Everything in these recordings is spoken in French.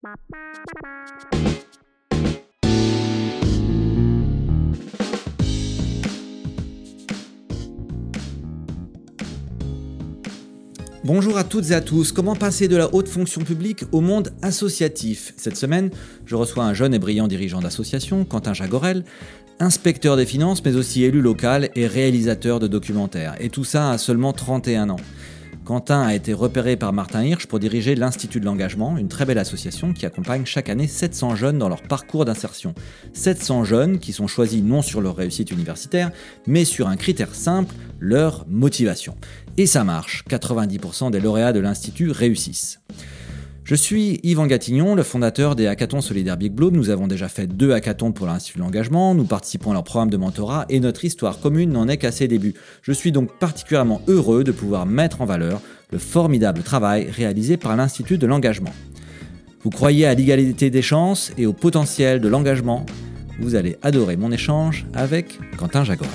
Bonjour à toutes et à tous, comment passer de la haute fonction publique au monde associatif? Cette semaine, je reçois un jeune et brillant dirigeant d'association, Quentin Jagorel, inspecteur des finances mais aussi élu local et réalisateur de documentaires. Et tout ça à seulement 31 ans. Quentin a été repéré par Martin Hirsch pour diriger l'Institut de l'engagement, une très belle association qui accompagne chaque année 700 jeunes dans leur parcours d'insertion. 700 jeunes qui sont choisis non sur leur réussite universitaire, mais sur un critère simple, leur motivation. Et ça marche, 90% des lauréats de l'Institut réussissent. Je suis Yvan Gatignon, le fondateur des hackathons solidaires Big Bloom. Nous avons déjà fait 2 hackathons pour l'Institut de l'engagement, nous participons à leur programme de mentorat et notre histoire commune n'en est qu'à ses débuts. Je suis donc particulièrement heureux de pouvoir mettre en valeur le formidable travail réalisé par l'Institut de l'engagement. Vous croyez à l'égalité des chances et au potentiel de l'engagement? Vous allez adorer mon échange avec Quentin Jagorel.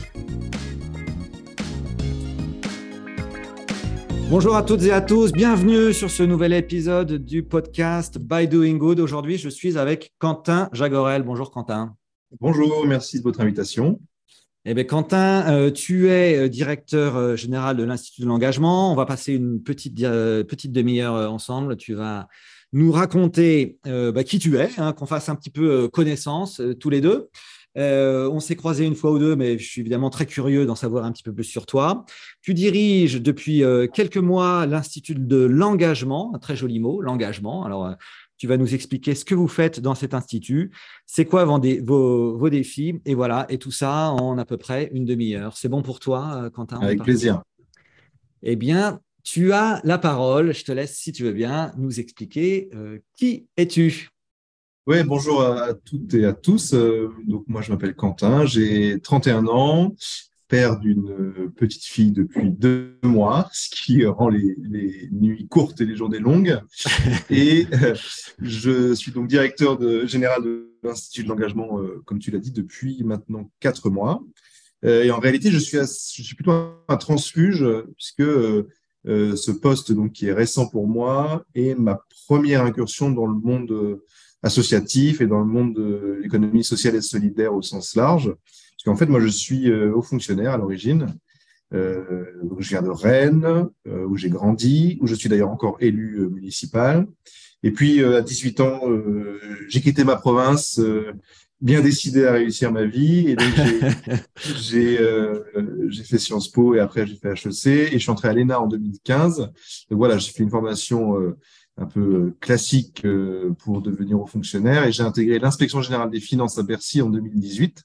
Bonjour à toutes et à tous, bienvenue sur ce nouvel épisode du podcast By Doing Good. Aujourd'hui, je suis avec Quentin Jagorel. Bonjour Quentin. Bonjour, merci de votre invitation. Eh bien, Quentin, tu es directeur général de l'Institut de l'engagement. On va passer une petite demi-heure ensemble. Tu vas nous raconter qui tu es, qu'on fasse un petit peu connaissance tous les deux. On s'est croisés une fois ou deux, mais je suis évidemment très curieux d'en savoir un petit peu plus sur toi. Tu diriges depuis quelques mois l'Institut de l'engagement, un très joli mot, l'engagement. Alors, tu vas nous expliquer ce que vous faites dans cet institut, c'est quoi vos défis, et voilà, et tout ça en à peu près une demi-heure. C'est bon pour toi, Quentin? Avec plaisir. Eh bien, tu as la parole. Je te laisse, si tu veux bien, nous expliquer qui es-tu? Oui, bonjour à toutes et à tous. Donc, moi, je m'appelle Quentin, j'ai 31 ans, père d'une petite fille depuis 2 mois, ce qui rend les nuits courtes et les journées longues. Et je suis donc directeur général de l'Institut de l'engagement, comme tu l'as dit, depuis maintenant 4 mois. Et en réalité, je suis plutôt un transfuge, puisque ce poste donc, qui est récent pour moi est ma première incursion dans le monde associatif et dans le monde de l'économie sociale et solidaire au sens large. Parce qu'en fait, moi, je suis haut fonctionnaire à l'origine. Donc je viens de Rennes, où j'ai grandi, où je suis d'ailleurs encore élu municipal. Et puis, à 18 ans, j'ai quitté ma province, bien décidé à réussir ma vie. Et donc, j'ai fait Sciences Po et après, j'ai fait HEC. Et je suis entré à l'ENA en 2015. Donc voilà, j'ai fait une formation un peu classique pour devenir haut fonctionnaire. Et j'ai intégré l'inspection générale des finances à Bercy en 2018,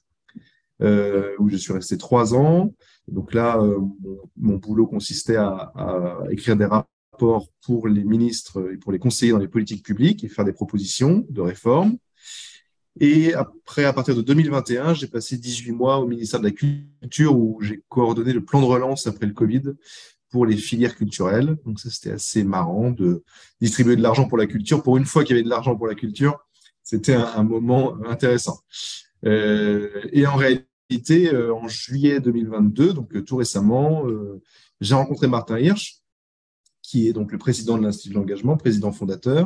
où je suis resté 3 ans. Donc là, mon boulot consistait à écrire des rapports pour les ministres et pour les conseillers dans les politiques publiques et faire des propositions de réforme. Et après, à partir de 2021, j'ai passé 18 mois au ministère de la Culture où j'ai coordonné le plan de relance après le Covid pour les filières culturelles. Donc ça, c'était assez marrant de distribuer de l'argent pour la culture. Pour une fois qu'il y avait de l'argent pour la culture, c'était un moment intéressant. Et en réalité, en juillet 2022, donc tout récemment, j'ai rencontré Martin Hirsch, qui est donc le président de l'Institut de l'engagement, président fondateur.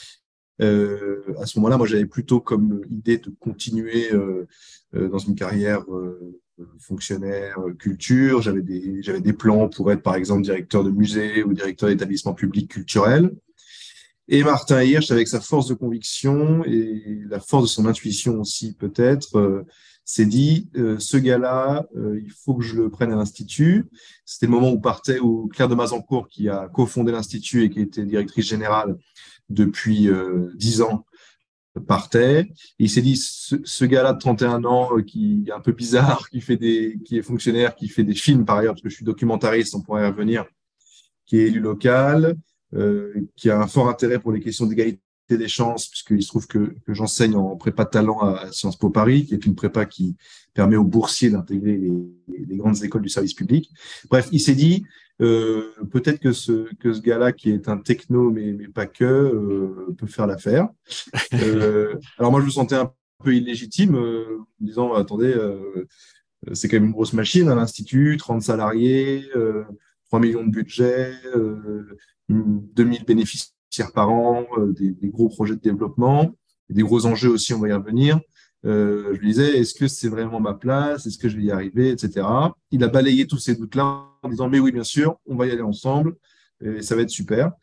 À ce moment-là, moi, j'avais plutôt comme idée de continuer dans une carrière fonctionnaire, culture. J'avais des plans pour être, par exemple, directeur de musée ou directeur d'établissement public culturel. Et Martin Hirsch, avec sa force de conviction et la force de son intuition aussi, peut-être, s'est dit, ce gars-là, il faut que je le prenne à l'Institut. C'était le moment où Claire de Mazancourt, qui a cofondé l'Institut et qui était directrice générale depuis 10 ans, partait. Et il s'est dit, ce gars-là de 31 ans, qui est un peu bizarre, qui est fonctionnaire, qui fait des films par ailleurs, parce que je suis documentariste, on pourrait y revenir, qui est élu local, qui a un fort intérêt pour les questions d'égalité des chances, puisqu'il se trouve que j'enseigne en prépa de talent à Sciences Po Paris, qui est une prépa qui permet aux boursiers d'intégrer les grandes écoles du service public. Bref, il s'est dit, peut-être que ce gars-là, qui est un techno, mais pas que, peut faire l'affaire. Alors moi, je me sentais un peu illégitime, en me disant, attendez, c'est quand même une grosse machine à l'Institut, 30 salariés, 3 millions de budget, 2000 bénéficiaires tiers par an, des gros projets de développement, et des gros enjeux aussi, on va y revenir. Je lui disais, est-ce que c'est vraiment ma place? Est-ce que je vais y arriver, etc. Il a balayé tous ces doutes-là en disant, mais oui, bien sûr, on va y aller ensemble, et ça va être super.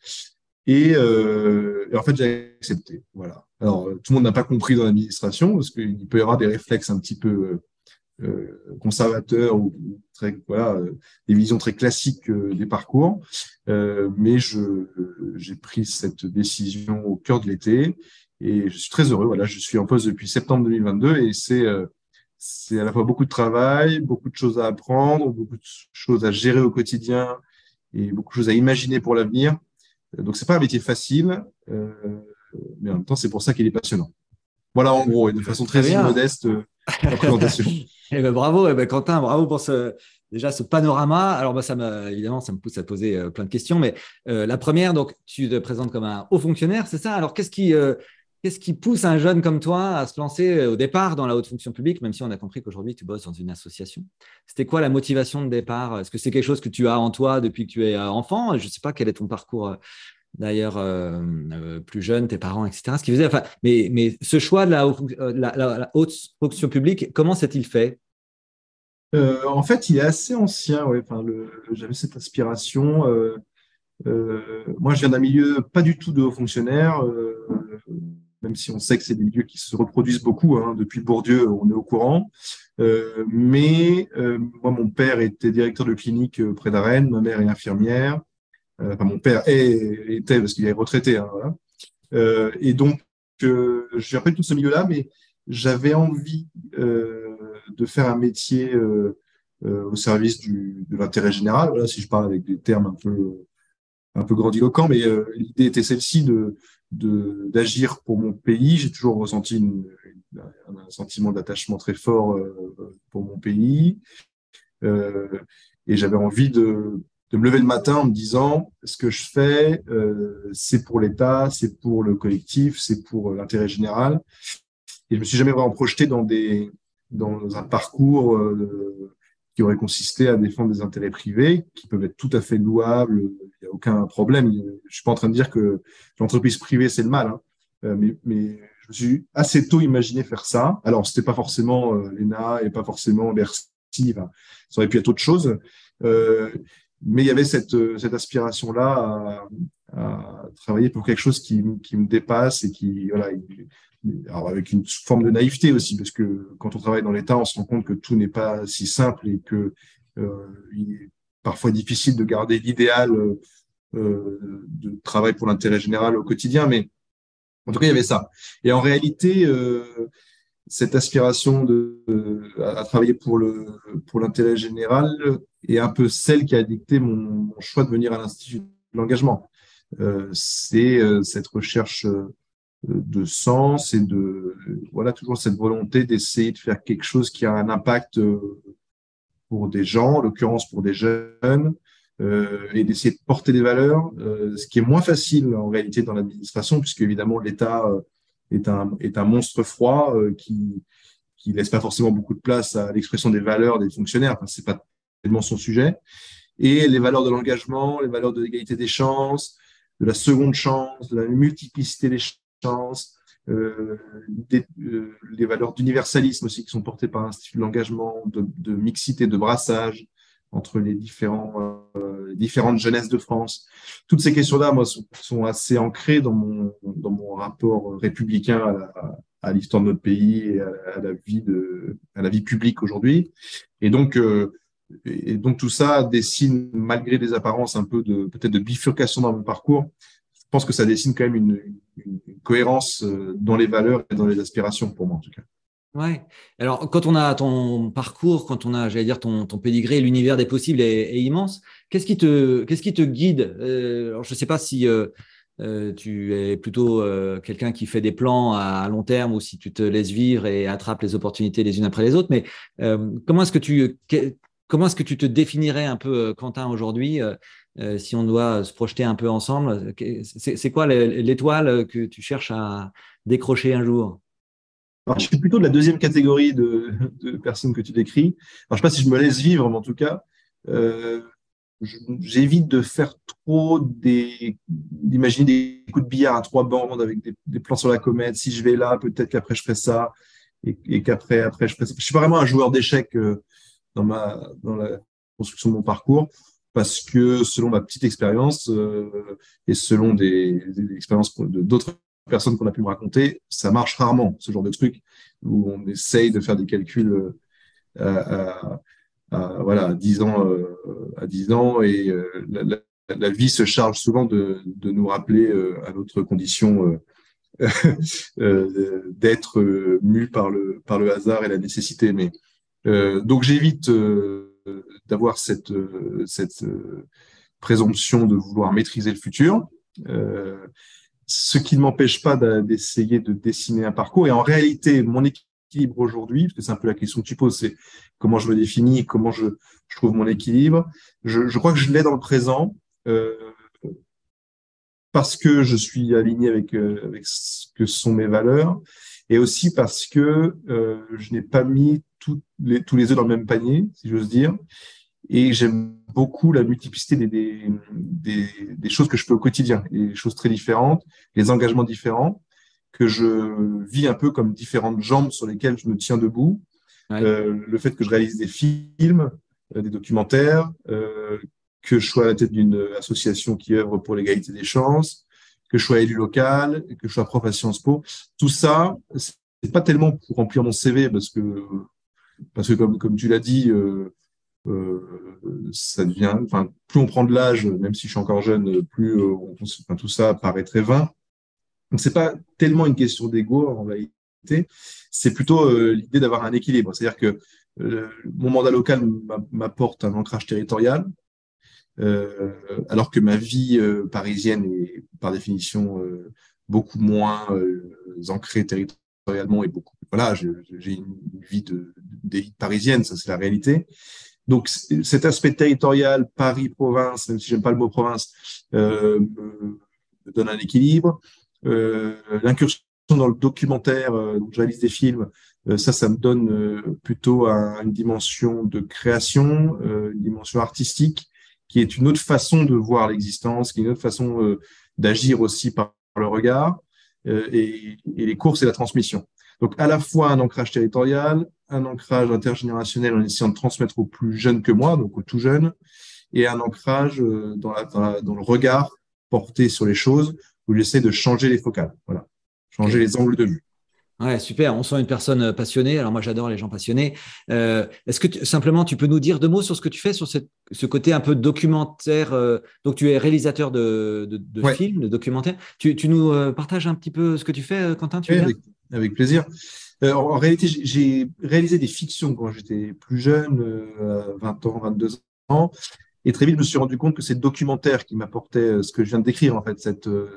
Et en fait, j'ai accepté. Voilà. Alors, tout le monde n'a pas compris dans l'administration, parce qu'il peut y avoir des réflexes un petit peu conservateurs ou très, voilà, des visions très classiques des parcours. Mais j'ai pris cette décision au cœur de l'été et je suis très heureux. Voilà, je suis en poste depuis septembre 2022 et c'est à la fois beaucoup de travail, beaucoup de choses à apprendre, beaucoup de choses à gérer au quotidien et beaucoup de choses à imaginer pour l'avenir. Donc, c'est pas un métier facile, mais en même temps, c'est pour ça qu'il est passionnant. Voilà, en gros, et de façon Très très bien. immodeste, la présentation. Eh ben, bravo, eh ben, Quentin, bravo pour déjà ce panorama. Alors, bah, évidemment, ça me pousse à poser plein de questions, mais la première, donc, tu te présentes comme un haut fonctionnaire, c'est ça? Alors, qu'est-ce qui pousse un jeune comme toi à se lancer au départ dans la haute fonction publique, même si on a compris qu'aujourd'hui, tu bosses dans une association? C'était quoi la motivation de départ? Est-ce que c'est quelque chose que tu as en toi depuis que tu es enfant? Je ne sais pas quel est ton parcours d'ailleurs plus jeune, tes parents, etc. Ce qui faisait, enfin, mais ce choix de la haute fonction publique, comment s'est-il fait? En fait, il est assez ancien. Ouais. Enfin, j'avais cette aspiration. Moi, je viens d'un milieu pas du tout de hauts fonctionnaires, même si on sait que c'est des milieux qui se reproduisent beaucoup. Hein, depuis Bourdieu, on est au courant. Mais moi, mon père était directeur de clinique près d'Arène, ma mère est infirmière. Enfin, mon père était, parce qu'il est retraité. Hein, voilà. Et donc, je viens pas du tout de ce milieu-là, mais j'avais envie de faire un métier au service de l'intérêt général. Voilà, si je parle avec des termes un peu grandiloquents, mais l'idée était celle-ci d'agir pour mon pays. J'ai toujours ressenti un sentiment d'attachement très fort pour mon pays. Euh, et j'avais envie de me lever le matin en me disant, ce que je fais, c'est pour l'État, c'est pour le collectif, c'est pour l'intérêt général. Et je me suis jamais vraiment projeté dans un parcours qui aurait consisté à défendre des intérêts privés, qui peuvent être tout à fait louables, il n'y a aucun problème. Je suis pas en train de dire que l'entreprise privée, c'est le mal, hein. Mais je me suis assez tôt imaginé faire ça. Alors, c'était pas forcément l'ENA et pas forcément Bercy, enfin, ça aurait pu être autre chose. Euh, mais il y avait cette aspiration-là à travailler pour quelque chose qui me dépasse et qui, voilà, alors avec une forme de naïveté aussi, parce que quand on travaille dans l'État, on se rend compte que tout n'est pas si simple et que il est parfois difficile de garder l'idéal de travail pour l'intérêt général au quotidien. Mais en tout cas, il y avait ça. Et en réalité, cette aspiration à travailler pour l'intérêt général est un peu celle qui a dicté mon choix de venir à l'Institut de l'engagement. C'est cette recherche de sens et voilà, toujours cette volonté d'essayer de faire quelque chose qui a un impact pour des gens, en l'occurrence pour des jeunes, et d'essayer de porter des valeurs, ce qui est moins facile en réalité dans l'administration, puisque évidemment l'État est un monstre froid qui laisse pas forcément beaucoup de place à l'expression des valeurs des fonctionnaires. Enfin, c'est pas tellement son sujet. Et les valeurs de l'engagement, les valeurs de l'égalité des chances, de la seconde chance, de la multiplicité des chances, les valeurs d'universalisme aussi qui sont portées par l'Institut de l'engagement, de mixité, de brassage entre les différentes jeunesses de France. Toutes ces questions-là, moi, sont assez ancrées dans mon rapport républicain à l'histoire de notre pays et à la vie publique aujourd'hui. Et donc, tout ça dessine, malgré des apparences un peu peut-être de bifurcation dans mon parcours, je pense que ça dessine quand même une cohérence dans les valeurs et dans les aspirations pour moi en tout cas. Ouais. Alors, quand on a ton parcours, quand on a, j'allais dire, ton pédigré, l'univers des possibles est immense. Qu'est-ce qui te guide? Alors, je ne sais pas si tu es plutôt quelqu'un qui fait des plans à long terme ou si tu te laisses vivre et attrapes les opportunités les unes après les autres. Mais comment est-ce que tu te définirais un peu, Quentin, aujourd'hui, si on doit se projeter un peu ensemble? C'est quoi l'étoile que tu cherches à décrocher un jour? Alors, je suis plutôt de la deuxième catégorie de personnes que tu décris. Alors, je ne sais pas si je me laisse vivre, mais en tout cas, euh, j'évite de faire trop d'imaginer des coups de billard à trois bandes avec des plans sur la comète. Si je vais là, peut-être qu'après je ferai ça et qu'après je ferai ça. Je suis pas vraiment un joueur d'échecs dans la construction de mon parcours parce que selon ma petite expérience et selon des expériences d'autres personnes qu'on a pu me raconter, ça marche rarement, ce genre de truc où on essaye de faire des calculs à, voilà, à 10 ans et la vie se charge souvent de nous rappeler à notre condition d'être mu par le hasard et la nécessité. Mais donc j'évite d'avoir cette présomption de vouloir maîtriser le futur, ce qui ne m'empêche pas d'essayer de dessiner un parcours. Et en réalité, mon équilibre aujourd'hui, parce que c'est un peu la question que tu poses, c'est comment je me définis, comment je trouve mon équilibre. Je crois que je l'ai dans le présent. Parce que je suis aligné avec ce que sont mes valeurs et aussi parce que je n'ai pas mis tous les œufs dans le même panier, si j'ose dire. Et j'aime beaucoup la multiplicité des choses que je fais au quotidien, des choses très différentes, les engagements différents, que je vis un peu comme différentes jambes sur lesquelles je me tiens debout. Ouais. Le fait que je réalise des films, des documentaires, que je sois à la tête d'une association qui œuvre pour l'égalité des chances, que je sois élu local, que je sois prof à Sciences Po. Tout ça, c'est pas tellement pour remplir mon CV parce que comme tu l'as dit, ça devient, enfin, plus on prend de l'âge, même si je suis encore jeune, plus enfin, tout ça paraît très vain. Donc c'est pas tellement une question d'ego en réalité, c'est plutôt l'idée d'avoir un équilibre. C'est-à-dire que mon mandat local m'apporte un ancrage territorial, alors que ma vie parisienne est par définition beaucoup moins ancrée territorialement et beaucoup. Voilà, j'ai une vie d'élite parisienne, ça c'est la réalité. Donc cet aspect territorial, Paris-province, même si j'aime pas le mot province, me donne un équilibre. L'incursion dans le documentaire, donc je réalise des films, ça me donne plutôt une dimension de création, une dimension artistique, qui est une autre façon de voir l'existence, qui est une autre façon d'agir aussi par le regard, et les courses et la transmission. Donc, à la fois un ancrage territorial, un ancrage intergénérationnel en essayant de transmettre aux plus jeunes que moi, donc aux tout jeunes, et un ancrage dans le regard porté sur les choses, où j'essaie de changer les focales, voilà, changer les angles de vue. Ouais, super. On sent une personne passionnée. Alors moi, j'adore les gens passionnés. Est-ce que simplement, tu peux nous dire deux mots sur ce que tu fais, sur ce côté un peu documentaire. Donc, tu es réalisateur de Ouais. films, de documentaires. Tu nous partages un petit peu ce que tu fais, Quentin, tu Oui, veux bien? avec plaisir. En réalité, j'ai réalisé des fictions quand j'étais plus jeune, 20 ans, 22 ans. Et très vite, je me suis rendu compte que c'est le documentaire qui m'apportait ce que je viens de décrire, en fait,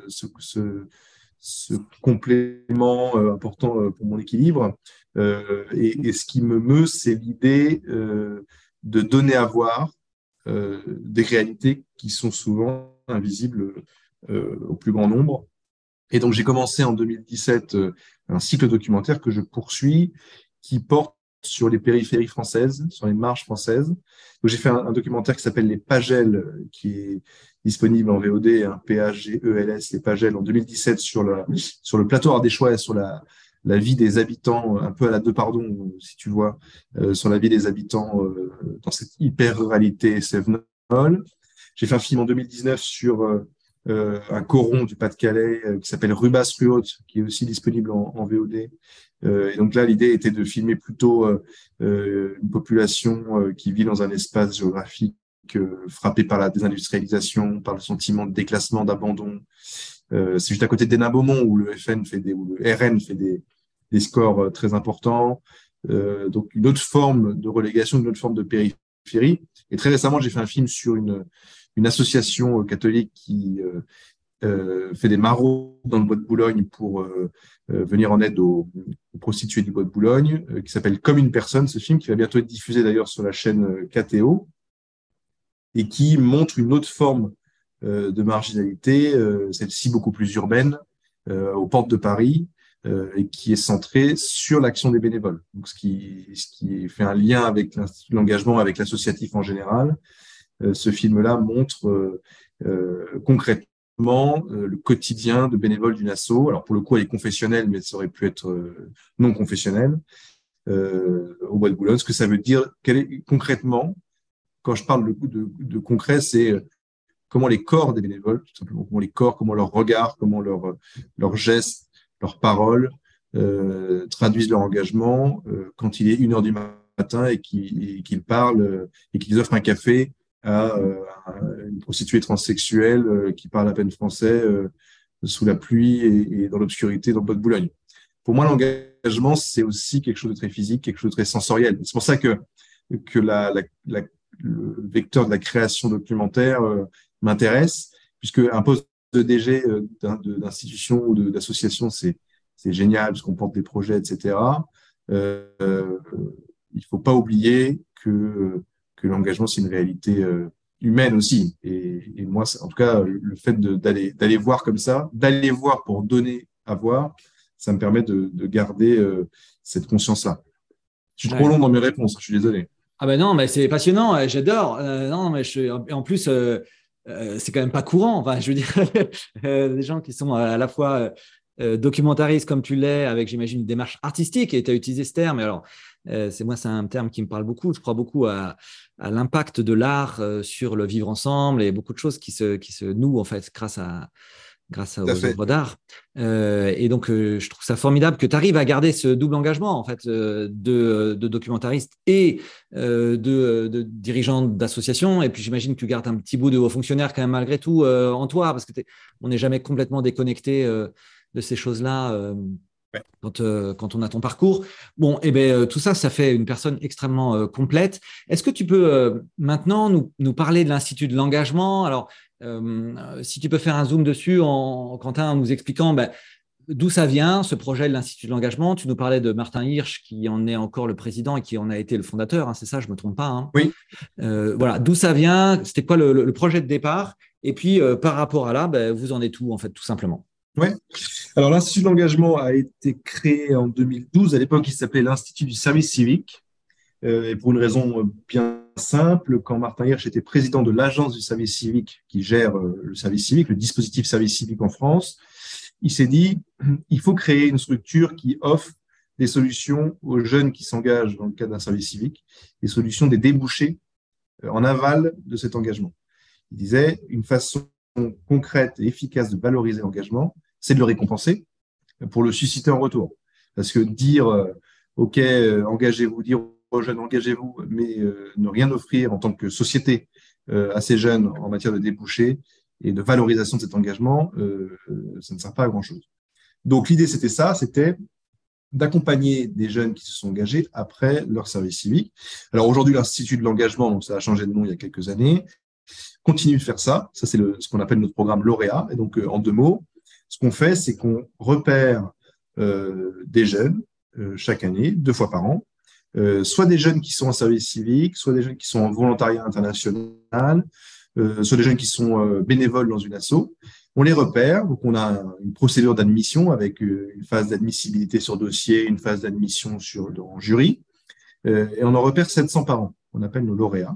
ce complément important pour mon équilibre. Et ce qui me meut, c'est l'idée de donner à voir des réalités qui sont souvent invisibles au plus grand nombre. Et donc, j'ai commencé en 2017 un cycle documentaire que je poursuis qui porte sur les périphéries françaises, sur les marges françaises. Donc, j'ai fait un documentaire qui s'appelle Les Pagels, qui est disponible en VOD, un PAGELS, Les Pagels, en 2017 sur le plateau ardéchois et sur la vie des habitants, un peu à la Depardon, si tu vois, sur la vie des habitants dans cette hyper-ruralité cévenole. J'ai fait un film en 2019 sur un coron du Pas-de-Calais qui s'appelle Rubas-Ruot, qui est aussi disponible en VOD. Et donc là, l'idée était de filmer plutôt une population qui vit dans un espace géographique frappé par la désindustrialisation, par le sentiment de déclassement, d'abandon. C'est juste à côté de Hénin-Beaumont où le où le RN fait des scores très importants. Donc une autre forme de relégation, une autre forme de périphérie. Et très récemment, j'ai fait un film sur une association catholique qui fait des maraudes dans le bois de Boulogne pour venir en aide aux prostituées du bois de Boulogne, qui s'appelle Comme une personne, ce film qui va bientôt être diffusé d'ailleurs sur la chaîne KTO, et qui montre une autre forme de marginalité, celle-ci beaucoup plus urbaine, aux portes de Paris, et qui est centrée sur l'action des bénévoles. Donc, ce qui fait un lien avec l'engagement, avec l'associatif en général, ce film-là montre concrètement le quotidien de bénévoles d'une asso. Alors pour le coup, elle est confessionnelle, mais ça aurait pu être non confessionnelle au Bois de Boulogne. Ce que ça veut dire concrètement, quand je parle de concret, c'est comment les corps des bénévoles, tout simplement, comment leur regard, comment leurs gestes, leurs paroles traduisent leur engagement quand il est 1 heure du matin et qu'ils parlent et qu'ils offrent un café à une prostituée transsexuelle qui parle à peine français sous la pluie et dans l'obscurité dans le Bois de Boulogne. Pour moi, l'engagement, c'est aussi quelque chose de très physique, quelque chose de très sensoriel. C'est pour ça que le vecteur de la création documentaire m'intéresse, puisque un poste de DG d'institution ou d'association, c'est génial, parce qu'on porte des projets, etc. Il ne faut pas oublier que l'engagement, c'est une réalité humaine aussi. Et moi, en tout cas, le fait d'aller voir comme ça, d'aller voir pour donner à voir, ça me permet de garder cette conscience-là. Je suis trop long dans mes réponses, je suis désolé. Ah ben non, mais c'est passionnant, j'adore. Non, mais en plus, c'est quand même pas courant. Enfin, je veux dire, des gens qui sont à la fois documentaristes comme tu l'es, avec, j'imagine, une démarche artistique, et tu as utilisé ce terme. Et alors, c'est un terme qui me parle beaucoup. Je crois beaucoup à l'impact de l'art sur le vivre ensemble et beaucoup de choses qui se nouent, en fait, grâce aux œuvres d'art. Et donc, je trouve ça formidable que tu arrives à garder ce double engagement, en fait, de documentariste et de dirigeant d'association. Et puis, j'imagine que tu gardes un petit bout de haut fonctionnaire quand même malgré tout en toi, parce que on n'est jamais complètement déconnecté de ces choses-là quand on a ton parcours. Bon, et ben tout ça, ça fait une personne extrêmement complète. Est-ce que tu peux maintenant nous parler de l'Institut de l'engagement? Alors, si tu peux faire un zoom dessus, Quentin, en nous expliquant d'où ça vient, ce projet de l'Institut de l'engagement. Tu nous parlais de Martin Hirsch, qui en est encore le président et qui en a été le fondateur, hein, c'est ça, je ne me trompe pas, hein. Oui. Voilà, d'où ça vient, c'était quoi le projet de départ, et puis par rapport à là, vous en êtes où, en fait, tout simplement? Oui. Alors, l'Institut de l'engagement a été créé en 2012. À l'époque, il s'appelait l'Institut du service civique. Et pour une raison bien simple, quand Martin Hirsch était président de l'Agence du service civique qui gère le service civique, le dispositif service civique en France, il s'est dit, il faut créer une structure qui offre des solutions aux jeunes qui s'engagent dans le cadre d'un service civique, des solutions, des débouchés en aval de cet engagement. Il disait, une façon concrète et efficace de valoriser l'engagement, c'est de le récompenser pour le susciter en retour. Parce que dire, OK, engagez-vous, dire aux jeunes, engagez-vous, mais ne rien offrir en tant que société à ces jeunes en matière de débouchés et de valorisation de cet engagement, ça ne sert pas à grand-chose. Donc, l'idée, c'était ça, c'était d'accompagner des jeunes qui se sont engagés après leur service civique. Alors, aujourd'hui, l'Institut de l'engagement, donc ça a changé de nom il y a quelques années, continue de faire ça. Ça, c'est ce qu'on appelle notre programme lauréat. Et donc, en 2 mots, ce qu'on fait, c'est qu'on repère des jeunes chaque année, 2 fois par an, soit des jeunes qui sont en service civique, soit des jeunes qui sont en volontariat international, soit des jeunes qui sont bénévoles dans une asso. On les repère, donc on a une procédure d'admission avec une phase d'admissibilité sur dossier, une phase d'admission en jury, et on en repère 700 par an, qu'on appelle nos lauréats.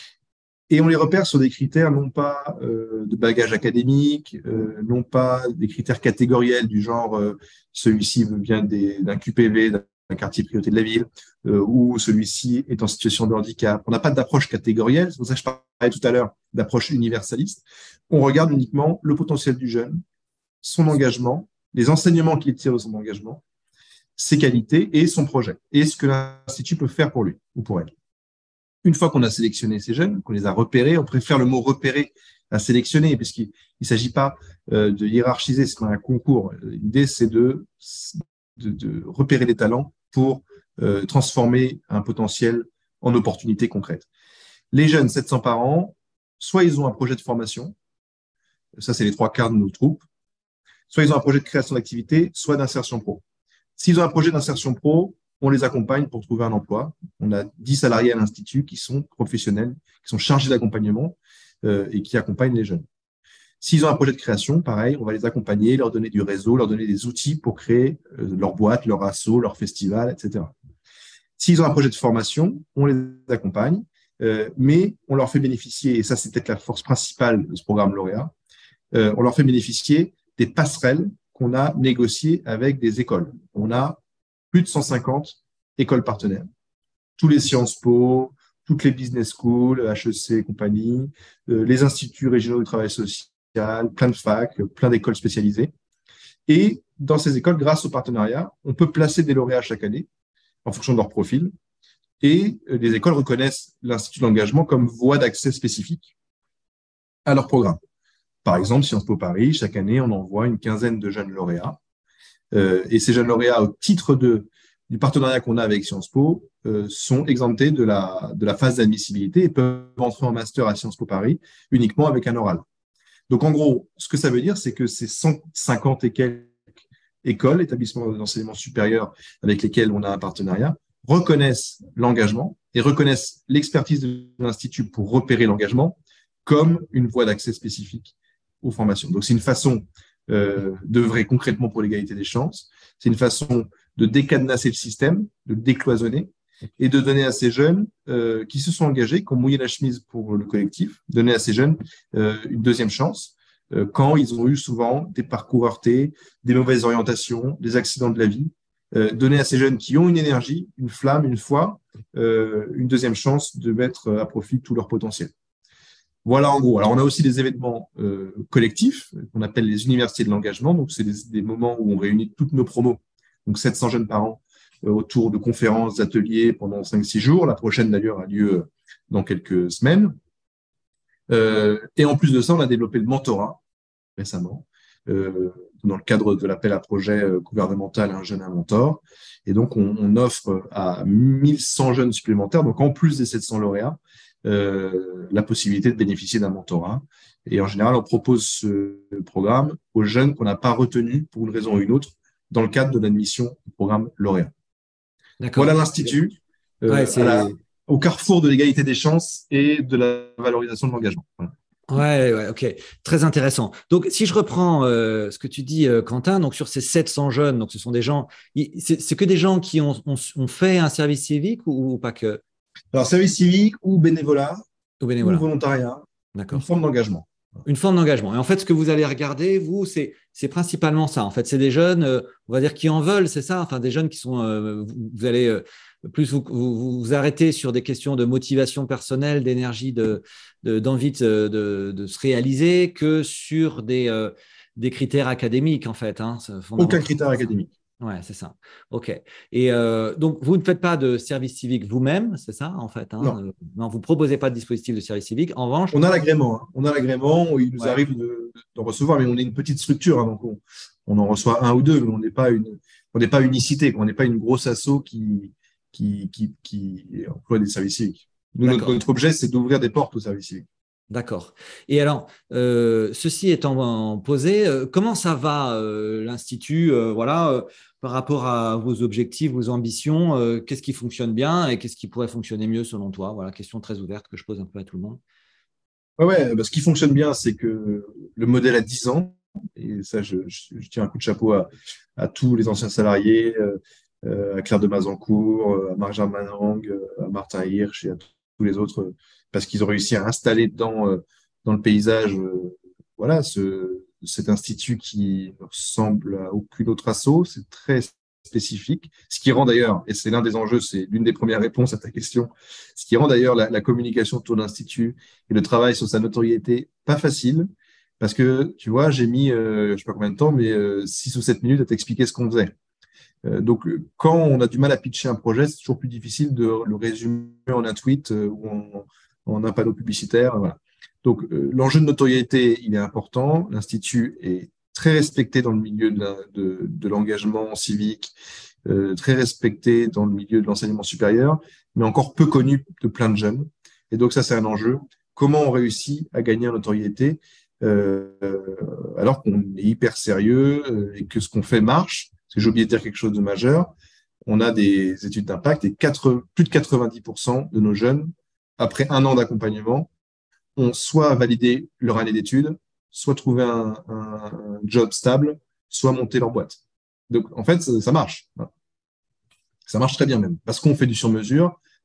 Et on les repère sur des critères non pas de bagage académique, non pas des critères catégoriels du genre celui-ci vient d'un QPV, d'un quartier priorité de la ville, ou celui-ci est en situation de handicap. On n'a pas d'approche catégorielle, c'est pour ça que je parlais tout à l'heure d'approche universaliste. On regarde uniquement le potentiel du jeune, son engagement, les enseignements qu'il tire de son engagement, ses qualités et son projet, et ce que l'Institut peut faire pour lui ou pour elle. Une fois qu'on a sélectionné ces jeunes, qu'on les a repérés, on préfère le mot repérer à sélectionner, puisqu'il ne s'agit pas de hiérarchiser, c'est pas un concours. L'idée, c'est de repérer les talents pour transformer un potentiel en opportunité concrète. Les jeunes, 700 par an, soit ils ont un projet de formation, ça c'est les 3/4 de nos troupes, soit ils ont un projet de création d'activité, soit d'insertion pro. S'ils ont un projet d'insertion pro, on les accompagne pour trouver un emploi. On a 10 salariés à l'Institut qui sont professionnels, qui sont chargés d'accompagnement et qui accompagnent les jeunes. S'ils ont un projet de création, pareil, on va les accompagner, leur donner du réseau, leur donner des outils pour créer leur boîte, leur asso, leur festival, etc. S'ils ont un projet de formation, on les accompagne. mais on leur fait bénéficier, et ça c'est peut-être la force principale de ce programme lauréat, on leur fait bénéficier des passerelles qu'on a négociées avec des écoles. On a plus de 150 écoles partenaires. Tous les Sciences Po, toutes les business schools, HEC et compagnie, les instituts régionaux du travail social, plein de facs, plein d'écoles spécialisées. Et dans ces écoles, grâce au partenariat, on peut placer des lauréats chaque année en fonction de leur profil. Et les écoles reconnaissent l'Institut de l'engagement comme voie d'accès spécifique à leur programme. Par exemple, Sciences Po Paris, chaque année, on envoie une quinzaine de jeunes lauréats. Et ces jeunes lauréats, au titre du partenariat qu'on a avec Sciences Po, sont exemptés de la phase d'admissibilité et peuvent entrer en master à Sciences Po Paris uniquement avec un oral. Donc, en gros, ce que ça veut dire, c'est que ces 150 et quelques écoles, établissements d'enseignement supérieur avec lesquels on a un partenariat, reconnaissent l'engagement et reconnaissent l'expertise de l'Institut pour repérer l'engagement comme une voie d'accès spécifique aux formations. Donc, c'est une façon d'œuvrer concrètement pour l'égalité des chances. C'est une façon de décadenasser le système, de décloisonner et de donner à ces jeunes qui se sont engagés, qui ont mouillé la chemise pour le collectif, donner à ces jeunes une deuxième chance quand ils ont eu souvent des parcours heurtés, des mauvaises orientations, des accidents de la vie. Donner à ces jeunes qui ont une énergie, une flamme, une foi, une deuxième chance de mettre à profit tout leur potentiel. Voilà en gros. Alors, on a aussi des événements collectifs qu'on appelle les universités de l'engagement. Donc, c'est des moments où on réunit toutes nos promos, donc 700 jeunes par an, autour de conférences, d'ateliers pendant 5-6 jours. La prochaine, d'ailleurs, a lieu dans quelques semaines. Et en plus de ça, on a développé le mentorat récemment, dans le cadre de l'appel à projet gouvernemental Un jeune, un mentor. Et donc, on offre à 1100 jeunes supplémentaires, donc en plus des 700 lauréats, la possibilité de bénéficier d'un mentorat. Et en général, on propose ce programme aux jeunes qu'on n'a pas retenus pour une raison ou une autre dans le cadre de l'admission au programme lauréat. D'accord. Voilà l'Institut au carrefour de l'égalité des chances et de la valorisation de l'engagement. Voilà. Ouais, ok. Très intéressant. Donc, si je reprends ce que tu dis, Quentin, donc sur ces 700 jeunes, donc ce sont des gens, c'est que des gens qui ont fait un service civique ou pas que? Alors, service civique ou bénévolat, Ou bénévolat. ou volontariat, D'accord. une forme d'engagement. Une forme d'engagement. Et en fait, ce que vous allez regarder, vous, c'est principalement ça. En fait, c'est des jeunes, on va dire, qui en veulent, c'est ça. Enfin, des jeunes qui sont. Vous allez plus vous arrêter sur des questions de motivation personnelle, d'énergie, d'envie de se réaliser, que sur des critères académiques, en fait. Hein, aucun critère académique. Ouais, c'est ça. OK. Et donc, vous ne faites pas de service civique vous-même, c'est ça, en fait, hein? Non. Non, vous ne proposez pas de dispositif de service civique. En revanche… On a l'agrément. Hein. On a l'agrément. Il nous arrive d'en recevoir, mais on est une petite structure. Hein, donc, on en reçoit un ou deux, mais on n'est pas une unicité. On n'est pas une grosse asso qui emploie des services civiques. Nous, notre objet, c'est d'ouvrir des portes aux services civiques. D'accord. Et alors, ceci étant posé, comment ça va l'Institut par rapport à vos objectifs, vos ambitions, qu'est-ce qui fonctionne bien et qu'est-ce qui pourrait fonctionner mieux selon toi? Voilà, question très ouverte que je pose un peu à tout le monde. Ce qui fonctionne bien, c'est que le modèle a 10 ans, et ça, je tiens un coup de chapeau à tous les anciens salariés, à Claire de Mazancourt, à Marc Manang, à Martin Hirsch et à tous les autres, parce qu'ils ont réussi à installer dans le paysage cet institut qui ne ressemble à aucune autre asso. C'est très spécifique, ce qui rend d'ailleurs, et c'est l'un des enjeux, c'est l'une des premières réponses à ta question, ce qui rend d'ailleurs la communication autour de l'Institut et le travail sur sa notoriété pas facile, parce que, tu vois, j'ai mis, je sais pas combien de temps, mais 6 ou 7 minutes à t'expliquer ce qu'on faisait. Donc, quand on a du mal à pitcher un projet, c'est toujours plus difficile de le résumer en un tweet ou en un panneau publicitaire. Voilà. Donc, l'enjeu de notoriété, il est important. L'Institut est très respecté dans le milieu de l'engagement civique, très respecté dans le milieu de l'enseignement supérieur, mais encore peu connu de plein de jeunes. Et donc, ça, c'est un enjeu. Comment on réussit à gagner en notoriété alors qu'on est hyper sérieux et que ce qu'on fait marche? Parce que j'ai oublié de dire quelque chose de majeur. On a des études d'impact et plus de 90% de nos jeunes, après un an d'accompagnement, ont soit validé leur année d'études, soit trouvé un job stable, soit monté leur boîte. Donc, en fait, ça marche. Ça marche très bien même. Parce qu'on fait du sur-mesure,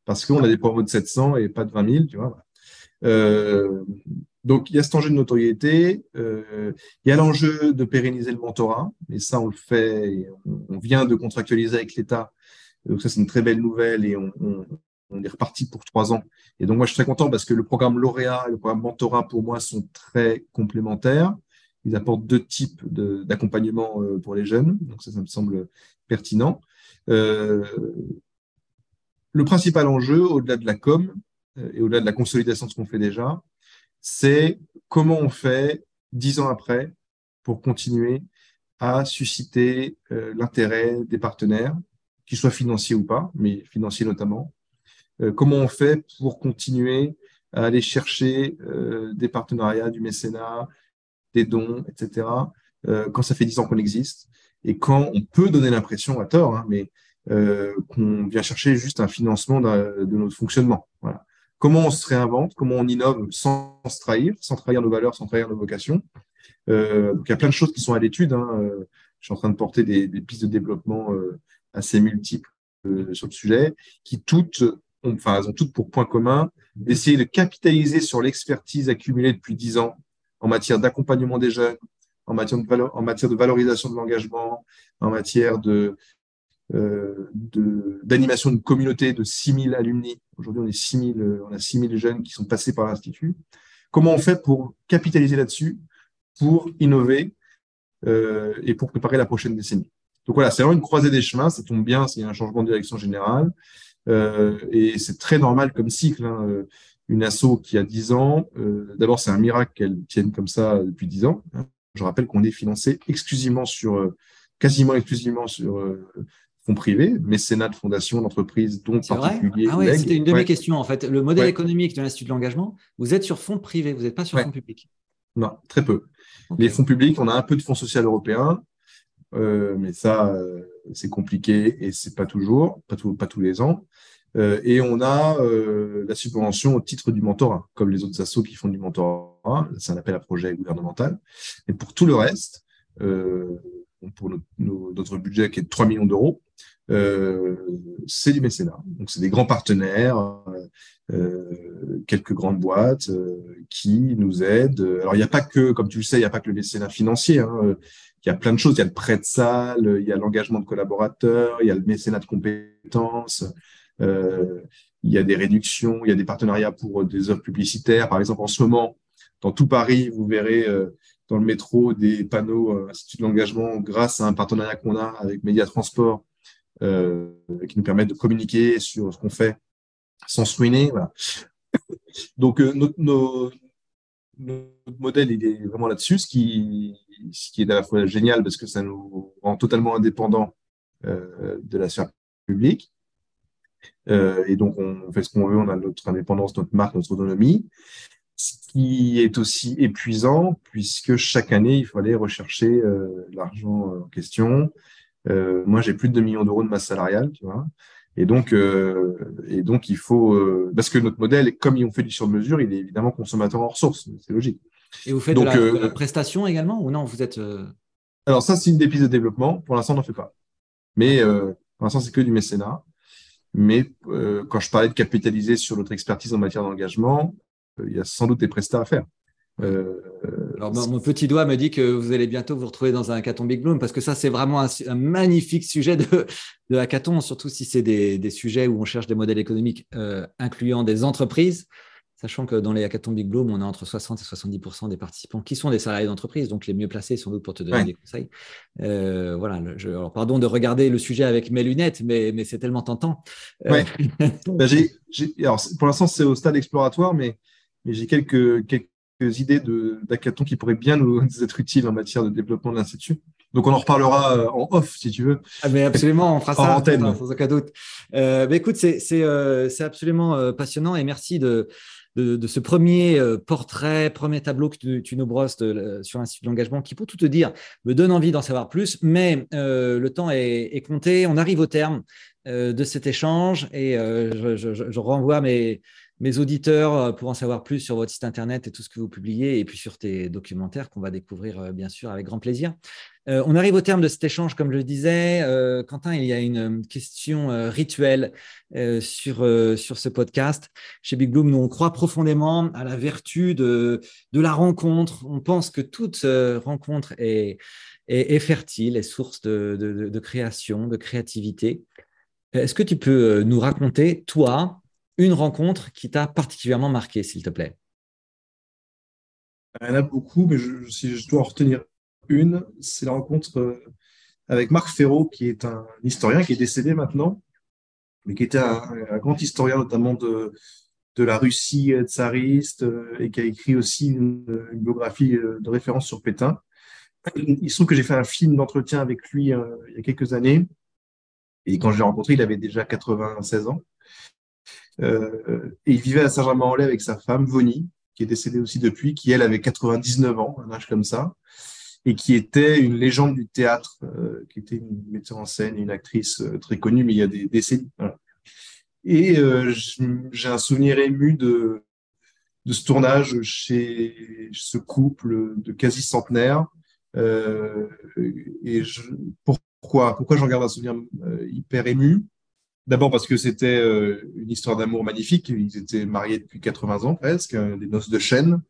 parce qu'on a des promos de 700 et pas de 20 000, tu vois. Euh, donc, il y a cet enjeu de notoriété, il y a l'enjeu de pérenniser le mentorat, et ça, on le fait, et on vient de contractualiser avec l'État. Donc ça, c'est une très belle nouvelle et on est reparti pour 3 ans. Et donc moi, je suis très content parce que le programme lauréat et le programme mentorat, pour moi, sont très complémentaires. Ils apportent deux types d'accompagnement pour les jeunes. Donc ça me semble pertinent. Euh, le principal enjeu, au-delà de la com et au-delà de la consolidation de ce qu'on fait déjà, c'est comment on fait 10 ans après pour continuer à susciter l'intérêt des partenaires, qu'ils soient financiers ou pas, mais financiers notamment. Comment on fait pour continuer à aller chercher des partenariats, du mécénat, des dons, etc., quand ça fait 10 ans qu'on existe, et quand on peut donner l'impression, à tort, hein, mais qu'on vient chercher juste un financement de notre fonctionnement. Voilà. Comment on se réinvente, comment on innove sans trahir nos valeurs, sans trahir nos vocations. Donc il y a plein de choses qui sont à l'étude, hein. Je suis en train de porter des pistes de développement assez multiples sur le sujet, qui toutes elles ont toutes pour point commun d'essayer de capitaliser sur l'expertise accumulée depuis 10 ans en matière d'accompagnement des jeunes, en matière de valorisation de l'engagement, en matière d'animation d'une communauté de 6 000 alumni. Aujourd'hui, on a 6 000 jeunes qui sont passés par l'Institut. Comment on fait pour capitaliser là-dessus, pour innover et pour préparer la prochaine décennie? Donc voilà, c'est vraiment une croisée des chemins, ça tombe bien, c'est un changement de direction générale. Et c'est très normal comme cycle, hein. Une asso qui a 10 ans, d'abord c'est un miracle qu'elle tienne comme ça depuis 10 ans, hein. Je rappelle qu'on est financé quasiment exclusivement sur fonds privés, mécénat de fondations, d'entreprises, dont C'est vrai? particuliers Ah ou ouais, legs. c'était une de mes Ouais, questions en fait. Le modèle ouais, économique de l'Institut de l'engagement, vous êtes sur fonds privés, vous n'êtes pas sur ouais. fonds publics. Non, très peu. Les Ok. fonds publics, on a un peu de fonds social européen, mais ça, c'est compliqué et c'est pas toujours, pas tous les ans. Et on a la subvention au titre du mentorat, comme les autres assos qui font du mentorat. C'est un appel à projet gouvernemental. Et pour tout le reste, euh, pour notre budget qui est de 3 millions d'euros, euh, c'est du mécénat. Donc, c'est des grands partenaires, quelques grandes boîtes qui nous aident. Alors, il n'y a pas que, comme tu le sais, il n'y a pas que le mécénat financier, hein. Il y a plein de choses. Il y a le prêt de salle, il y a l'engagement de collaborateurs, il y a le mécénat de compétences. Euh, il y a des réductions, il y a des partenariats pour des œuvres publicitaires. Par exemple, en ce moment, dans tout Paris, vous verrez dans le métro des panneaux Institut de l'engagement grâce à un partenariat qu'on a avec Média Transport qui nous permettent de communiquer sur ce qu'on fait sans se ruiner. Voilà. Donc, notre modèle, il est vraiment là-dessus, ce qui est à la fois génial parce que ça nous rend totalement indépendants de la sphère publique. Et donc, on fait ce qu'on veut, on a notre indépendance, notre marque, notre autonomie. Ce qui est aussi épuisant, puisque chaque année, il faut aller rechercher l'argent en question. Moi, j'ai plus de 2 millions d'euros de masse salariale, tu vois. Et donc, il faut, parce que notre modèle, comme on fait du sur-mesure, il est évidemment consommateur en ressources, c'est logique. Et vous faites Donc, de la prestation également ou non? Vous êtes. alors ça, c'est une des pistes de développement. Pour l'instant, on n'en fait pas. Mais D'accord. pour l'instant, c'est que du mécénat. Mais quand je parlais de capitaliser sur notre expertise en matière d'engagement, il y a sans doute des prestats à faire. Ouais. Euh, Alors, mon petit doigt me dit que vous allez bientôt vous retrouver dans un hackathon Big Bloom parce que ça, c'est vraiment un magnifique sujet de hackathon, surtout si c'est des sujets où on cherche des modèles économiques incluant des entreprises, sachant que dans les hackathons Big Bloom, on a entre 60 et 70% des participants qui sont des salariés d'entreprise, donc les mieux placés sans doute pour te donner ouais. des conseils. Voilà, alors, pardon de regarder le sujet avec mes lunettes, mais c'est tellement tentant. Ouais. Ben, alors, pour l'instant, c'est au stade exploratoire, mais j'ai quelques idées d'hackathons qui pourraient bien nous être utiles en matière de développement de l'Institut. Donc, on en reparlera en off, si tu veux, Ah, mais absolument, on fera hors ça, antenne. sans aucun doute. Mais écoute, c'est absolument passionnant et merci de ce premier portrait, premier tableau que tu nous brosses sur l'Institut de l'engagement qui, pour tout te dire, me donne envie d'en savoir plus. Mais le temps est compté. On arrive au terme de cet échange et je renvoie mes mes auditeurs pour en savoir plus sur votre site internet et tout ce que vous publiez, et puis sur tes documentaires qu'on va découvrir bien sûr avec grand plaisir. On arrive au terme de cet échange, comme je le disais. Quentin, il y a une question rituelle sur ce podcast. Chez Big Bloom, nous, on croit profondément à la vertu de la rencontre. On pense que toute rencontre est fertile, est source de création, de créativité. Est-ce que tu peux nous raconter, toi, une rencontre qui t'a particulièrement marqué, s'il te plaît? Il y en a beaucoup, mais si je dois en retenir une, c'est la rencontre avec Marc Ferraud, qui est un historien qui est décédé maintenant, mais qui était un grand historien notamment de la Russie tsariste et qui a écrit aussi une biographie de référence sur Pétain. Il se trouve que j'ai fait un film d'entretien avec lui il y a quelques années, et quand je l'ai rencontré, il avait déjà 96 ans. Et il vivait à Saint-Germain-en-Laye avec sa femme, Vonnie, qui est décédée aussi depuis, qui, elle, avait 99 ans, un âge comme ça, et qui était une légende du théâtre, qui était une metteur en scène et une actrice très connue, mais il y a des décennies. Voilà. Et j'ai un souvenir ému de ce tournage chez ce couple de quasi-centenaires. Et pourquoi j'en garde un souvenir hyper ému? D'abord parce que c'était une histoire d'amour magnifique. Ils étaient mariés depuis 80 ans presque, des noces de chêne.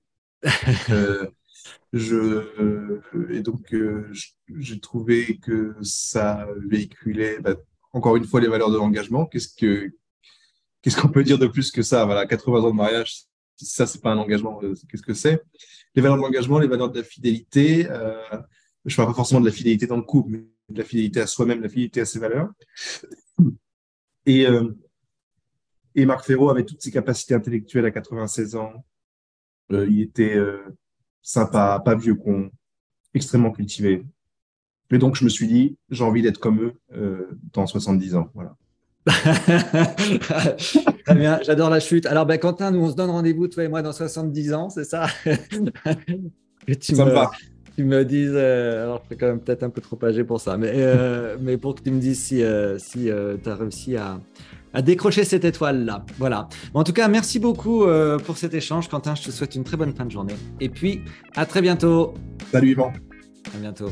Et donc, j'ai trouvé que ça véhiculait encore une fois les valeurs de l'engagement. Qu'est-ce qu'on peut dire de plus que ça? Voilà, 80 ans de mariage, si ça, c'est pas un engagement, qu'est-ce que c'est? Les valeurs de l'engagement, les valeurs de la fidélité. Je parle pas forcément de la fidélité dans le couple, mais de la fidélité à soi-même, de la fidélité à ses valeurs. Et Marc Ferraud avait toutes ses capacités intellectuelles à 96 ans. Il était sympa, pas vieux con, extrêmement cultivé. Et donc, je me suis dit, j'ai envie d'être comme eux dans 70 ans. Voilà. Très bien, j'adore la chute. Alors, Quentin, nous, on se donne rendez-vous, toi et moi, dans 70 ans, c'est ça? Que Ça me va. tu me dises, alors je suis quand même peut-être un peu trop âgé pour ça, mais pour que tu me dises si tu as réussi à décrocher cette étoile-là. Voilà. Bon, en tout cas, merci beaucoup pour cet échange, Quentin. Je te souhaite une très bonne fin de journée. Et puis, à très bientôt. Salut Yvan. À bientôt.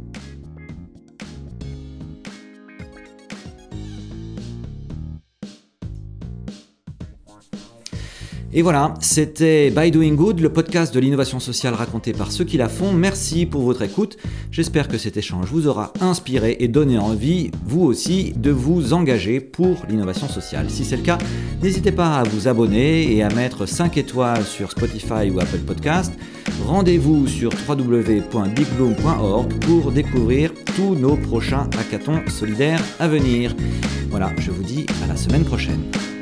Et voilà, c'était By Doing Good, le podcast de l'innovation sociale raconté par ceux qui la font. Merci pour votre écoute. J'espère que cet échange vous aura inspiré et donné envie, vous aussi, de vous engager pour l'innovation sociale. Si c'est le cas, n'hésitez pas à vous abonner et à mettre 5 étoiles sur Spotify ou Apple Podcast. Rendez-vous sur www.bigbloom.org pour découvrir tous nos prochains hackathons solidaires à venir. Voilà, je vous dis à la semaine prochaine.